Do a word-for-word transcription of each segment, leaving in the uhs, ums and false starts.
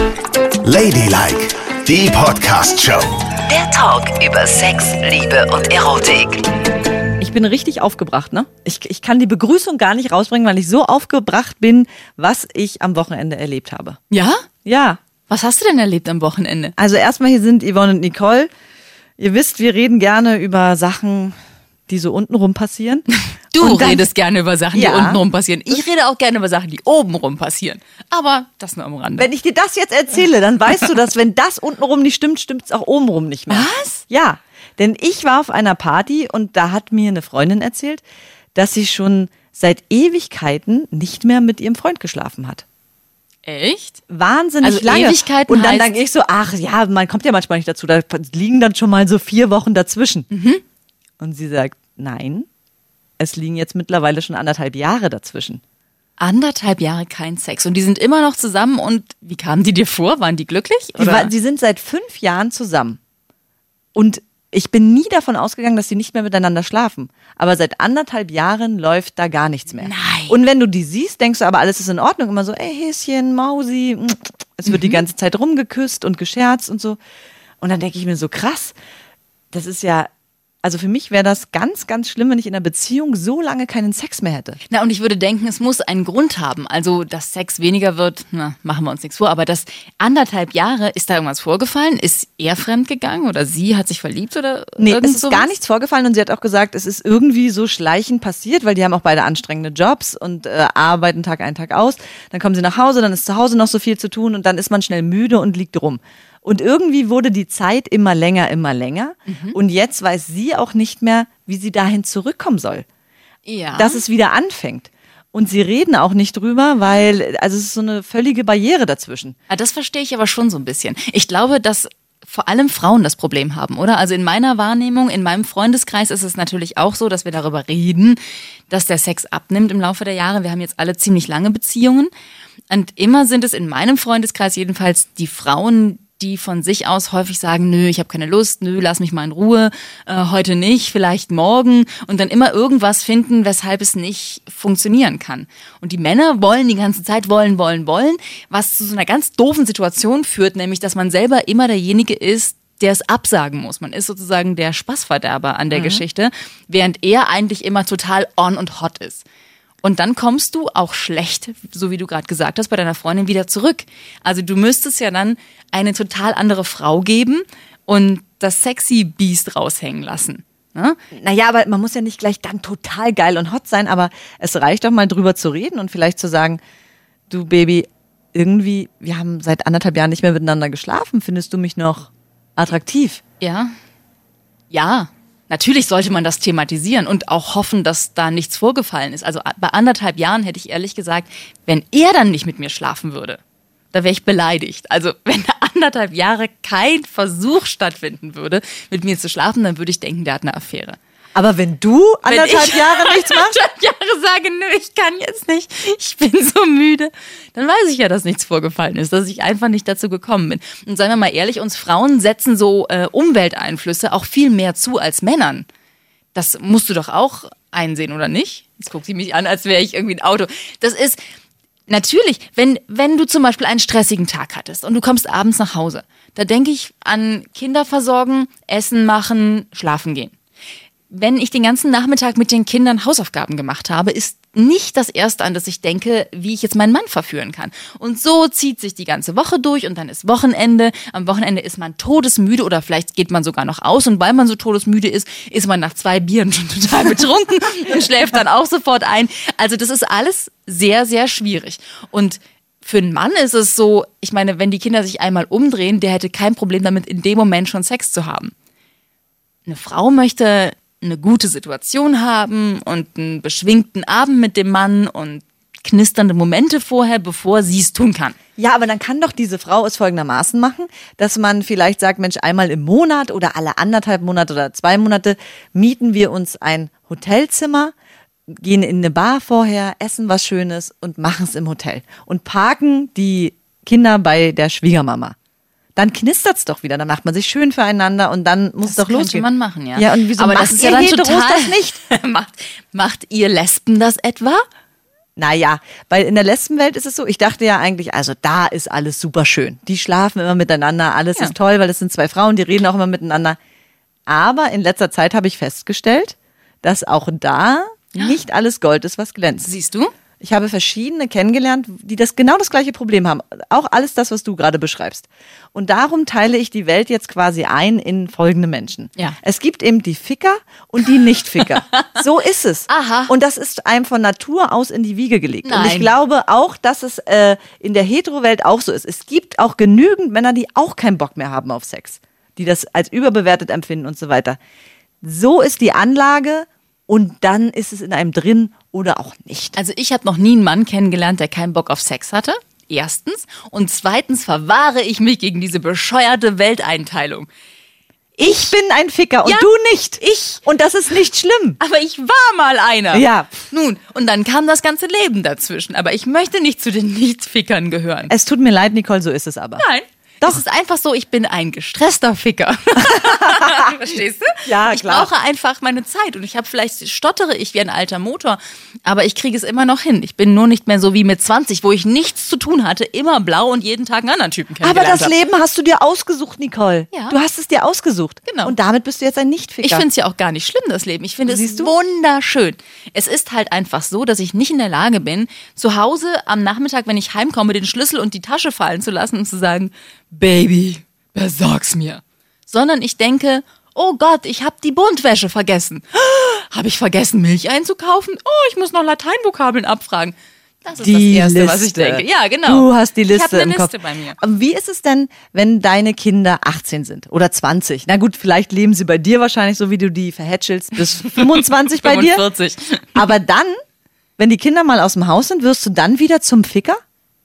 Ladylike, die Podcast-Show. Der Talk über Sex, Liebe und Erotik. Ich bin richtig aufgebracht, ne? Ich, ich kann die Begrüßung gar nicht rausbringen, weil ich so aufgebracht bin, was ich am Wochenende erlebt habe. Ja? Ja. Was hast du denn erlebt am Wochenende? Also erstmal hier sind Yvonne und Nicole. Ihr wisst, wir reden gerne über Sachen, die so untenrum passieren. Du Und dann, redest gerne über Sachen, ja. die untenrum passieren. Ich rede auch gerne über Sachen, die obenrum passieren. Aber das nur am Rande. Wenn ich dir das jetzt erzähle, dann weißt du, dass wenn das untenrum nicht stimmt, stimmt es auch obenrum nicht mehr. Was? Ja, denn ich war auf einer Party und da hat mir eine Freundin erzählt, dass sie schon seit Ewigkeiten nicht mehr mit ihrem Freund geschlafen hat. Echt? Wahnsinnig Also lange. Ewigkeiten und dann heißt- denke ich so, ach ja, man kommt ja manchmal nicht dazu, da liegen dann schon mal so vier Wochen dazwischen. Mhm. Und sie sagt, nein, es liegen jetzt mittlerweile schon anderthalb Jahre dazwischen. Anderthalb Jahre kein Sex. Und die sind immer noch zusammen. Und wie kamen die dir vor? Waren die glücklich? Die, Oder? war, die sind seit fünf Jahren zusammen. Und ich bin nie davon ausgegangen, dass sie nicht mehr miteinander schlafen. Aber seit anderthalb Jahren läuft da gar nichts mehr. Nein. Und wenn du die siehst, denkst du aber, alles ist in Ordnung. Immer so, ey, Häschen, Mausi. Es wird Mhm. die ganze Zeit rumgeküsst und gescherzt und so. Und dann denke ich mir so, krass, das ist ja, also für mich wäre das ganz, ganz schlimm, wenn ich in einer Beziehung so lange keinen Sex mehr hätte. Na, und ich würde denken, es muss einen Grund haben. Also, dass Sex weniger wird, na, machen wir uns nichts vor. Aber das anderthalb Jahre, ist da irgendwas vorgefallen? Ist er fremdgegangen oder sie hat sich verliebt oder Nee, irgend es ist sowas? gar nichts vorgefallen und sie hat auch gesagt, es ist irgendwie so schleichend passiert, weil die haben auch beide anstrengende Jobs und äh, arbeiten Tag ein, Tag aus. Dann kommen sie nach Hause, dann ist zu Hause noch so viel zu tun und dann ist man schnell müde und liegt rum. Und irgendwie wurde die Zeit immer länger, immer länger Mhm. und jetzt weiß sie auch nicht mehr, wie sie dahin zurückkommen soll, Ja. dass es wieder anfängt. Und sie reden auch nicht drüber, weil also es ist so eine völlige Barriere dazwischen. Ja, das verstehe ich aber schon so ein bisschen. Ich glaube, dass vor allem Frauen das Problem haben, oder? Also in meiner Wahrnehmung, in meinem Freundeskreis ist es natürlich auch so, dass wir darüber reden, dass der Sex abnimmt im Laufe der Jahre. Wir haben jetzt alle ziemlich lange Beziehungen. Und immer sind es in meinem Freundeskreis jedenfalls die Frauen, die von sich aus häufig sagen, nö, ich habe keine Lust, nö, lass mich mal in Ruhe, äh, heute nicht, vielleicht morgen und dann immer irgendwas finden, weshalb es nicht funktionieren kann. Und die Männer wollen die ganze Zeit, wollen, wollen, wollen, was zu so einer ganz doofen Situation führt, nämlich, dass man selber immer derjenige ist, der es absagen muss. Man ist sozusagen der Spaßverderber an der Mhm. Geschichte, während er eigentlich immer total on und hot ist. Und dann kommst du auch schlecht, so wie du gerade gesagt hast, bei deiner Freundin wieder zurück. Also du müsstest ja dann eine total andere Frau geben und das sexy Biest raushängen lassen. Ne? Naja, aber man muss ja nicht gleich dann total geil und hot sein, aber es reicht doch mal drüber zu reden und vielleicht zu sagen, du Baby, irgendwie, wir haben seit anderthalb Jahren nicht mehr miteinander geschlafen, findest du mich noch attraktiv? Ja. Ja. Natürlich sollte man das thematisieren und auch hoffen, dass da nichts vorgefallen ist. Also bei anderthalb Jahren hätte ich ehrlich gesagt, wenn er dann nicht mit mir schlafen würde, da wäre ich beleidigt. Also wenn da anderthalb Jahre kein Versuch stattfinden würde, mit mir zu schlafen, dann würde ich denken, der hat eine Affäre. Aber wenn du anderthalb Wenn ich Jahre nichts machst? anderthalb Jahre sage, nö, ich kann jetzt nicht, ich bin so müde, dann weiß ich ja, dass nichts vorgefallen ist, dass ich einfach nicht dazu gekommen bin. Und seien wir mal ehrlich, uns Frauen setzen so äh, Umwelteinflüsse auch viel mehr zu als Männern. Das musst du doch auch einsehen, oder nicht? Jetzt guckt sie mich an, als wäre ich irgendwie ein Auto. Das ist natürlich, wenn, wenn du zum Beispiel einen stressigen Tag hattest und du kommst abends nach Hause, da denke ich an Kinder versorgen, Essen machen, schlafen gehen. Wenn ich den ganzen Nachmittag mit den Kindern Hausaufgaben gemacht habe, ist nicht das Erste, an das ich denke, wie ich jetzt meinen Mann verführen kann. Und so zieht sich die ganze Woche durch und dann ist Wochenende. Am Wochenende ist man todesmüde oder vielleicht geht man sogar noch aus und weil man so todesmüde ist, ist man nach zwei Bieren schon total betrunken und schläft dann auch sofort ein. Also das ist alles sehr, sehr schwierig. Und für einen Mann ist es so, ich meine, wenn die Kinder sich einmal umdrehen, der hätte kein Problem damit, in dem Moment schon Sex zu haben. Eine Frau möchte eine gute Situation haben und einen beschwingten Abend mit dem Mann und knisternde Momente vorher, bevor sie es tun kann. Ja, aber dann kann doch diese Frau es folgendermaßen machen, dass man vielleicht sagt, Mensch, einmal im Monat oder alle anderthalb Monate oder zwei Monate mieten wir uns ein Hotelzimmer, gehen in eine Bar vorher, essen was Schönes und machen es im Hotel und parken die Kinder bei der Schwiegermama. Dann knistert's doch wieder, dann macht man sich schön füreinander und dann muss es doch Das könnte losgehen. man machen, ja. Ja, und wieso Aber macht das ist ihr ja dann Heteros total das nicht? macht, macht ihr Lesben das etwa? Naja, weil in der Lesbenwelt ist es so, ich dachte ja eigentlich, also da ist alles super schön. Die schlafen immer miteinander, alles Ja. ist toll, weil es sind zwei Frauen, die reden auch immer miteinander. Aber in letzter Zeit habe ich festgestellt, dass auch da nicht alles Gold ist, was glänzt. Siehst du? Ich habe verschiedene kennengelernt, die das genau das gleiche Problem haben. Auch alles das, was du gerade beschreibst. Und darum teile ich die Welt jetzt quasi ein in folgende Menschen. Ja. Es gibt eben die Ficker und die Nicht-Ficker. So ist es. Aha. Und das ist einem von Natur aus in die Wiege gelegt. Und ich Nein. glaube auch, dass es äh, in der Hetero-Welt auch so ist. Es gibt auch genügend Männer, die auch keinen Bock mehr haben auf Sex. Die das als überbewertet empfinden und so weiter. So ist die Anlage und dann ist es in einem drin oder auch nicht. Also ich habe noch nie einen Mann kennengelernt, der keinen Bock auf Sex hatte. Erstens. Und zweitens verwahre ich mich gegen diese bescheuerte Welteinteilung. Ich bin ein Ficker und Ja, du nicht. ich. Und das ist nicht schlimm. Aber ich war mal einer. Ja. Nun, und dann kam das ganze Leben dazwischen. Aber ich möchte nicht zu den Nicht-Fickern gehören. Es tut mir leid, Nicole, so ist es aber. Nein. Doch. Es ist einfach so, ich bin ein gestresster Ficker. Verstehst du? Ja, ich klar. brauche einfach meine Zeit und ich habe vielleicht stottere ich wie ein alter Motor, aber ich kriege es immer noch hin. Ich bin nur nicht mehr so wie mit zwanzig, wo ich nichts zu tun hatte, immer blau und jeden Tag einen anderen Typen Aber kennengelernt das habe. Leben hast du dir ausgesucht, Nicole. Ja. Du hast es dir ausgesucht. Genau. Und damit bist du jetzt ein Nicht-Ficker. Ich finde es ja auch gar nicht schlimm, das Leben. Ich finde es Siehst du? wunderschön. Es ist halt einfach so, dass ich nicht in der Lage bin, zu Hause am Nachmittag, wenn ich heimkomme, den Schlüssel und die Tasche fallen zu lassen und zu sagen, Baby, besorg's mir. Sondern ich denke, oh Gott, ich habe die Buntwäsche vergessen. Habe ich vergessen, Milch einzukaufen? Oh, ich muss noch Lateinvokabeln abfragen. Das ist die das Erste, Liste. was ich denke. Ja, genau. Du hast die Ich Liste habe eine im Liste Kopf. bei mir. Aber wie ist es denn, wenn deine Kinder achtzehn sind oder zwanzig? Na gut, vielleicht leben sie bei dir wahrscheinlich so, wie du die verhätschelst, bis fünfundzwanzig bei dir. fünfundvierzig. Aber dann, wenn die Kinder mal aus dem Haus sind, wirst du dann wieder zum Ficker?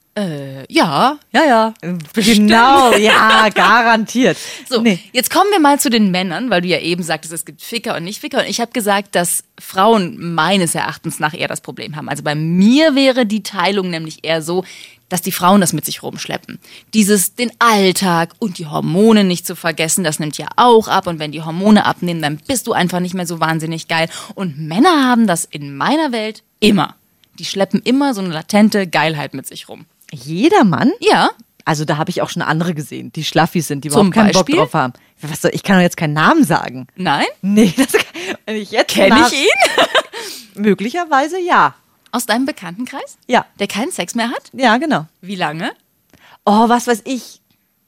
Äh, ja, ja, ja. Bestimmt. Genau, ja, garantiert. So, Nee. jetzt kommen wir mal zu den Männern, weil du ja eben sagtest, es gibt Ficker und Nicht-Ficker. Und ich habe gesagt, dass Frauen meines Erachtens nach eher das Problem haben. Also bei mir wäre die Teilung nämlich eher so, dass die Frauen das mit sich rumschleppen. Dieses, den Alltag und die Hormone nicht zu vergessen, das nimmt ja auch ab. Und wenn die Hormone abnehmen, dann bist du einfach nicht mehr so wahnsinnig geil. Und Männer haben das in meiner Welt immer. Die schleppen immer so eine latente Geilheit mit sich rum. Jeder Mann? Ja, Also da habe ich auch schon andere gesehen, die Schlaffis sind, die Zum überhaupt keinen Beispiel? Bock drauf haben. Was soll, ich kann doch jetzt keinen Namen sagen. nein? Nee, das kann, wenn ich jetzt Kenn nach- ich ihn? Möglicherweise ja. Aus deinem Bekanntenkreis? Ja. Der keinen Sex mehr hat? Ja, genau. Wie lange? Oh, was weiß ich.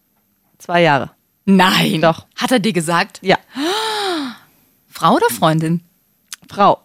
Zwei Jahre. Nein. Doch. Hat er dir gesagt? Ja. Frau oder Freundin? Frau.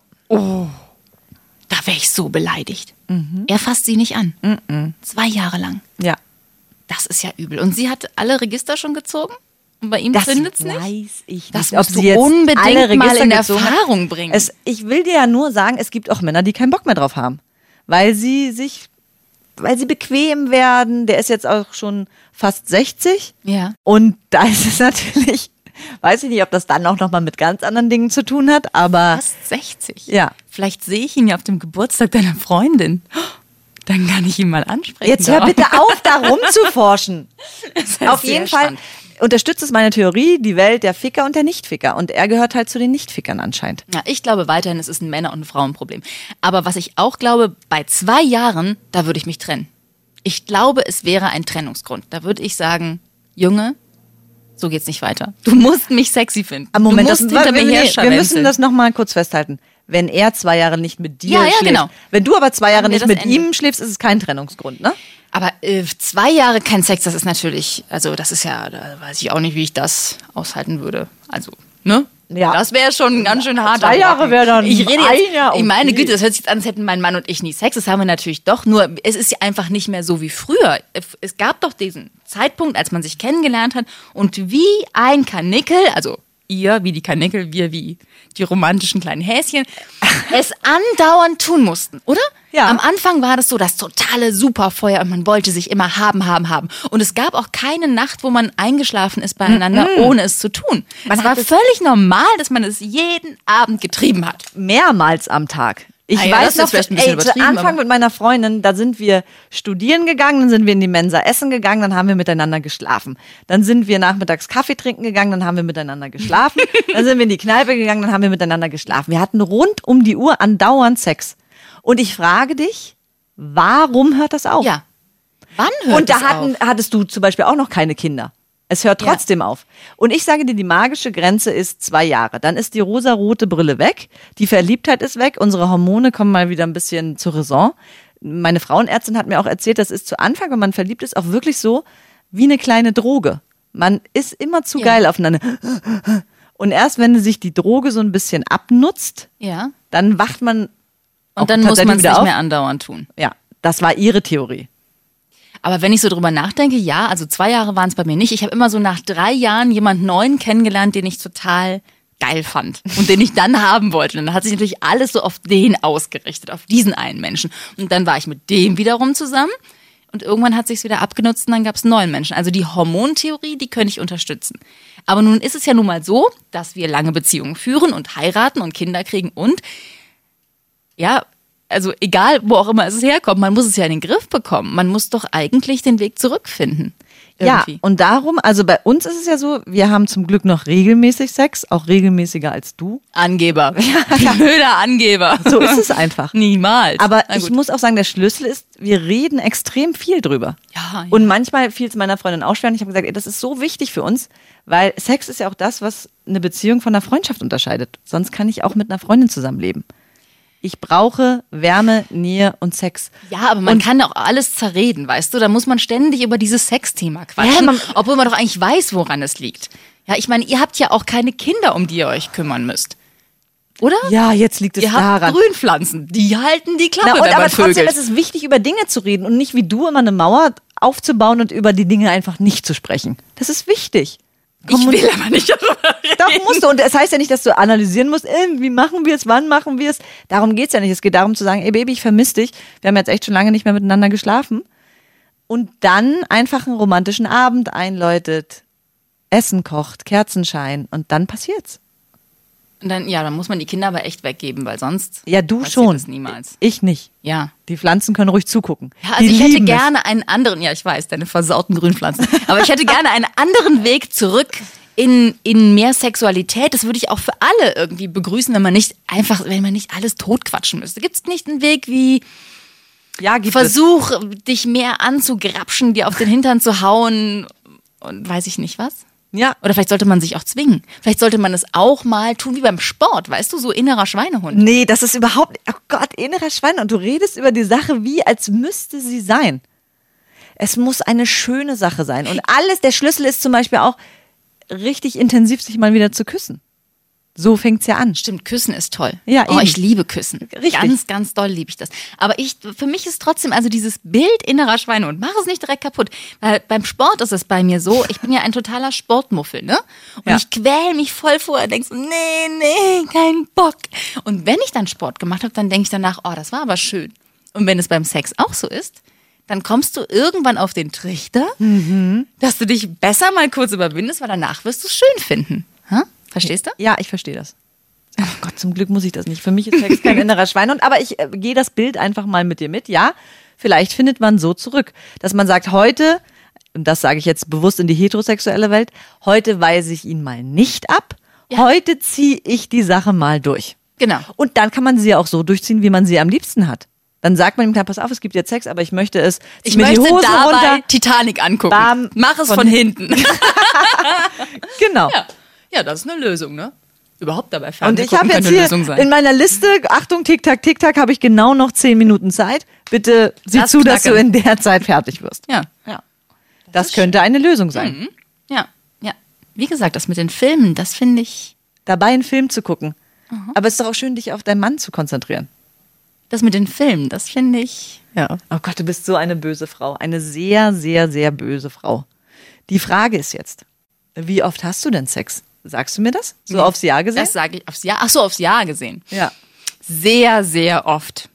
Da wäre ich so beleidigt. Er fasst sie nicht an. Zwei Jahre lang. Ja. Das ist ja übel. Und sie hat alle Register schon gezogen? Und bei ihm Das findet es nicht? weiß ich Das nicht. musst du jetzt unbedingt alle mal Register in gezogen hat. Erfahrung bringen. Es, ich will dir ja nur sagen, es gibt auch Männer, die keinen Bock mehr drauf haben. Weil sie sich, weil sie bequem werden. Der ist jetzt auch schon fast sechzig. Ja. Und da ist es natürlich, weiß ich nicht, ob das dann auch nochmal mit ganz anderen Dingen zu tun hat, aber Fast sechzig. Ja. Vielleicht sehe ich ihn ja auf dem Geburtstag deiner Freundin. Dann kann ich ihn mal ansprechen. jetzt hör bitte auf, da rumzuforschen. ja Auf sehr jeden Fall spannend. unterstützt es meine Theorie, die Welt der Ficker und der Nicht-Ficker. Und er gehört halt zu den Nicht-Fickern anscheinend. Ja, ich glaube weiterhin, es ist ein Männer- und ein Frauenproblem. Aber was ich auch glaube, bei zwei Jahren, da würde ich mich trennen. Ich glaube, es wäre ein Trennungsgrund. Da würde ich sagen, Junge, so geht's nicht weiter. Du musst mich sexy finden. Am Moment, du musst das, hinter wir, mir wir, her wir müssen scharwenzeln. das nochmal kurz festhalten. Wenn er zwei Jahre nicht mit dir Ja, ja, schläft, genau. wenn du aber zwei Jahre Haben wir nicht das mit Ende. ihm schläfst, ist es kein Trennungsgrund, ne? Aber äh, zwei Jahre kein Sex, das ist natürlich, also das ist ja, da weiß ich auch nicht, wie ich das aushalten würde. Also, ne? Ja. Das wäre schon ganz schön hart. Zwei Jahre wäre dann Ich rede ein jetzt, Jahr, ich meine okay. Güte, das hört sich jetzt an, als hätten mein Mann und ich nie Sex. Das haben wir natürlich doch, nur es ist ja einfach nicht mehr so wie früher. Es gab doch diesen Zeitpunkt, als man sich kennengelernt hat und wie ein Kanickel, also ihr wie die Kanickel, wir wie die romantischen kleinen Häschen, es andauernd tun mussten, oder? Ja. Am Anfang war das so das totale Superfeuer und man wollte sich immer haben, haben, haben. Und es gab auch keine Nacht, wo man eingeschlafen ist beieinander, ohne es zu tun. Man es war hat es- völlig normal, dass man es jeden Abend getrieben hat. Mehrmals am Tag. Ich Ah ja, das weiß ist noch, vielleicht ein bisschen ey, zu übertrieben, Anfang aber- mit meiner Freundin, da sind wir studieren gegangen, dann sind wir in die Mensa essen gegangen, dann haben wir miteinander geschlafen. Dann sind wir nachmittags Kaffee trinken gegangen, dann haben wir miteinander geschlafen. Dann sind wir in die Kneipe gegangen, dann haben wir miteinander geschlafen. Wir hatten rund um die Uhr andauernd Sex. Und ich frage dich, Warum hört das auf? Ja. Wann hört Und da es hatten, auf? hattest du zum Beispiel auch noch keine Kinder. Es hört Ja. trotzdem auf. Und ich sage dir, die magische Grenze ist zwei Jahre. Dann ist die rosarote Brille weg, die Verliebtheit ist weg, unsere Hormone kommen mal wieder ein bisschen zur Raison. Meine Frauenärztin hat mir auch erzählt, das ist zu Anfang, wenn man verliebt ist, auch wirklich so wie eine kleine Droge. Man ist immer zu Ja. geil aufeinander. Und erst wenn sich die Droge so ein bisschen abnutzt, Ja. dann wacht man auch Und dann muss tatsächlich man es wieder nicht auf. mehr andauernd tun. Ja, das war ihre Theorie. Aber wenn ich so drüber nachdenke, ja, also zwei Jahre waren es bei mir nicht. Ich habe immer so nach drei Jahren jemanden Neuen kennengelernt, den ich total geil fand und den ich dann haben wollte. Und dann hat sich natürlich alles so auf den ausgerichtet, auf diesen einen Menschen. Und dann war ich mit dem wiederum zusammen und irgendwann hat sich's wieder abgenutzt und dann gab es einen neuen Menschen. Also die Hormontheorie, die könnte ich unterstützen. Aber nun ist es ja nun mal so, dass wir lange Beziehungen führen und heiraten und Kinder kriegen und ja, also egal, wo auch immer es herkommt, man muss es ja in den Griff bekommen. Man muss doch eigentlich den Weg zurückfinden. Irgendwie. Ja, und darum, also bei uns ist es ja so, wir haben zum Glück noch regelmäßig Sex, auch regelmäßiger als du. Angeber. Blöder Angeber. So ist es einfach. Niemals. Aber Na ich gut. muss auch sagen, der Schlüssel ist, wir reden extrem viel drüber. Ja, ja. Und manchmal fiel es meiner Freundin auch schwer und ich habe gesagt, ey, das ist so wichtig für uns, weil Sex ist ja auch das, was eine Beziehung von einer Freundschaft unterscheidet. Sonst kann ich auch mit einer Freundin zusammenleben. Ich brauche Wärme, Nähe und Sex. Ja, aber man Und- kann auch alles zerreden, weißt du? Da muss man ständig über dieses Sexthema Ja, quatschen, man- obwohl man doch eigentlich weiß, woran es liegt. Ja, ich meine, ihr habt ja auch keine Kinder, um die ihr euch kümmern müsst. Oder? Ja, jetzt liegt es Ihr habt daran. Grünpflanzen, die halten die Klappe, Na, und wenn aber man trotzdem vögelt. ist es wichtig, über Dinge zu reden und nicht wie du immer eine Mauer aufzubauen und über die Dinge einfach nicht zu sprechen. Das ist wichtig. Ich will aber nicht darüber reden. Doch, musst du. Und es heißt ja nicht, dass du analysieren musst, äh, wie machen wir es, wann machen wir es. Darum geht's ja nicht. Es geht darum zu sagen, ey Baby, ich vermisse dich. Wir haben jetzt echt schon lange nicht mehr miteinander geschlafen. Und dann einfach einen romantischen Abend einläutet, Essen kocht, Kerzenschein und dann passiert's. Und dann, ja, dann muss man die Kinder aber echt weggeben, weil sonst Ja, du passiert schon. das niemals. Ich nicht. Ja. Die Pflanzen können ruhig zugucken. Ja, also Die ich hätte lieben es. gerne einen anderen, ja, ich weiß, deine versauten Grünpflanzen, aber ich hätte gerne einen anderen Weg zurück in, in mehr Sexualität. Das würde ich auch für alle irgendwie begrüßen, wenn man nicht einfach, wenn man nicht alles totquatschen müsste. Gibt es nicht einen Weg wie Ja, gibt es. Versuch, dich mehr anzugrapschen, dir auf den Hintern zu hauen und weiß ich nicht was? Ja. Oder vielleicht sollte man sich auch zwingen. Vielleicht sollte man es auch mal tun wie beim Sport, weißt du, so innerer Schweinehund. Nee, das ist überhaupt, oh Gott, innerer Schwein. Und du redest über die Sache wie, als müsste sie sein. Es muss eine schöne Sache sein. Und alles, der Schlüssel ist zum Beispiel auch, richtig intensiv sich mal wieder zu küssen. So fängt's ja an. Stimmt, Küssen ist toll. Ja, oh, eben. ich liebe Küssen. Richtig. Ganz, ganz doll liebe ich das. Aber ich, für mich ist trotzdem, also dieses Bild innerer Schweinehund, mach es nicht direkt kaputt. Weil beim Sport ist es bei mir so, ich bin ja ein totaler Sportmuffel, ne? Und Ja. ich quäl mich voll vor und denk so, nee, nee, kein Bock. Und wenn ich dann Sport gemacht habe, dann denke ich danach, oh, das war aber schön. Und wenn es beim Sex auch so ist, dann kommst du irgendwann auf den Trichter, Mhm. dass du dich besser mal kurz überwindest, weil danach wirst du es schön finden. Ha? Verstehst du? Ja, ich verstehe das. Oh Gott, zum Glück muss ich das nicht. Für mich ist Sex kein innerer Schweinehund, aber ich äh, gehe das Bild einfach mal mit dir mit. Ja, vielleicht findet man so zurück, dass man sagt, heute, und das sage ich jetzt bewusst in die heterosexuelle Welt, heute weise ich ihn mal nicht ab, Ja. heute ziehe ich die Sache mal durch. Genau. Und dann kann man sie ja auch so durchziehen, wie man sie am liebsten hat. Dann sagt man ihm, klar, pass auf, es gibt jetzt Sex, aber ich möchte es, zieh Ich mir möchte die Hose dabei runter. Titanic angucken. Bam, Mach es von von, hinten. Genau. ja. ja, das ist eine Lösung, ne? Überhaupt dabei Und Fernsehen ich habe gucken jetzt könnte hier eine Lösung sein. in meiner Liste, Achtung, Tick-Tack, Tick-Tack, habe ich genau noch zehn Minuten Zeit. Bitte sieh Lass zu, dass du knacken. in der Zeit fertig wirst. ja. Ja. Das, könnte eine Lösung sein. Mhm. ja, ja. Wie gesagt, das mit den Filmen, das finde ich, Dabei einen Film zu gucken. Aber es ist doch auch schön, dich auf deinen Mann zu konzentrieren. das mit den Filmen, das finde ich, ja. Oh Gott, du bist so eine böse Frau. Eine sehr, sehr, sehr böse Frau. Die Frage ist jetzt, wie oft hast du denn Sex? Sagst du mir das? So aufs Jahr gesehen? Das sage ich aufs Jahr. Ach so, aufs Jahr gesehen. Ja. Sehr, sehr oft.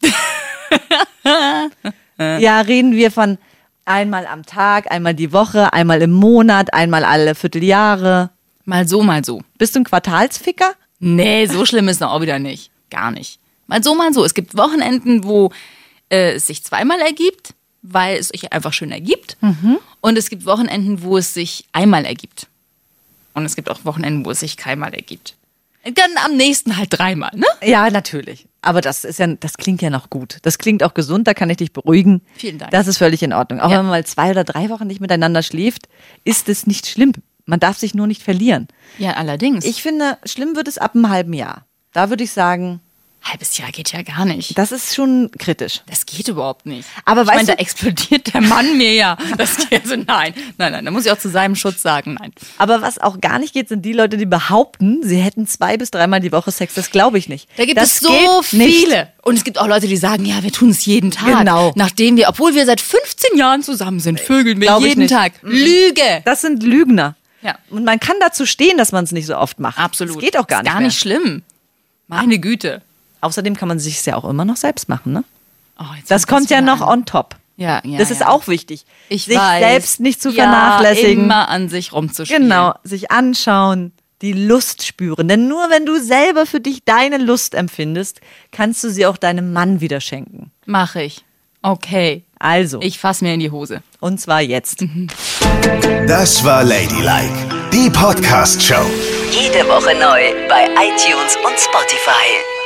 Ja, reden wir von einmal am Tag, einmal die Woche, einmal im Monat, einmal alle Vierteljahre. Mal so, mal so. Bist du ein Quartalsficker? Nee, so schlimm ist es auch wieder nicht. Gar nicht. Mal so, mal so. Es gibt Wochenenden, wo äh, es sich zweimal ergibt, weil es sich einfach schön ergibt. Und es gibt Wochenenden, wo es sich einmal ergibt. Und es gibt auch Wochenenden, wo es sich keinmal ergibt. Dann am nächsten halt dreimal, ne? Ja, natürlich. Aber das ist ja, das klingt ja noch gut. Das klingt auch gesund, da kann ich dich beruhigen. Vielen Dank. Das ist völlig in Ordnung. Auch Ja. wenn man mal zwei oder drei Wochen nicht miteinander schläft, ist es nicht schlimm. Man darf sich nur nicht verlieren. Ja, allerdings. Ich finde, schlimm wird es ab einem halben Jahr. Da würde ich sagen, Halbes Jahr geht ja gar nicht. das ist schon kritisch. Das geht überhaupt nicht. Aber ich weißt meine, du- da explodiert der Mann mir ja. Das geht, also nein, nein, nein, da muss ich auch zu seinem Schutz sagen, nein. Aber was auch gar nicht geht, sind die Leute, die behaupten, sie hätten zwei bis dreimal die Woche Sex. Das glaube ich nicht. Da gibt das es so geht nicht. viele. Und es gibt auch Leute, die sagen, ja, wir tun es jeden Tag. Genau. Nachdem wir, obwohl wir seit fünfzehn Jahren zusammen sind, vögeln wir Glaub ich jeden nicht. Tag. Lüge. Das sind Lügner. Ja. Und man kann dazu stehen, dass man es nicht so oft macht. Absolut. Das geht auch gar ist nicht gar mehr. nicht schlimm. Meine Güte. Außerdem kann man sich ja auch immer noch selbst machen, ne? Oh, jetzt Das fängt kommt ja wieder noch an. on top. Ja, ja, Das ist ja. auch wichtig. Ich sich weiß. selbst nicht zu ja, vernachlässigen. immer an sich rumzuspielen. Genau, sich anschauen, die Lust spüren. Denn nur wenn du selber für dich deine Lust empfindest, kannst du sie auch deinem Mann wieder schenken. Mache ich. Okay. Also, Ich fass mir in die Hose. und zwar jetzt. Das war Ladylike, die Podcast-Show. Jede Woche neu bei iTunes und Spotify.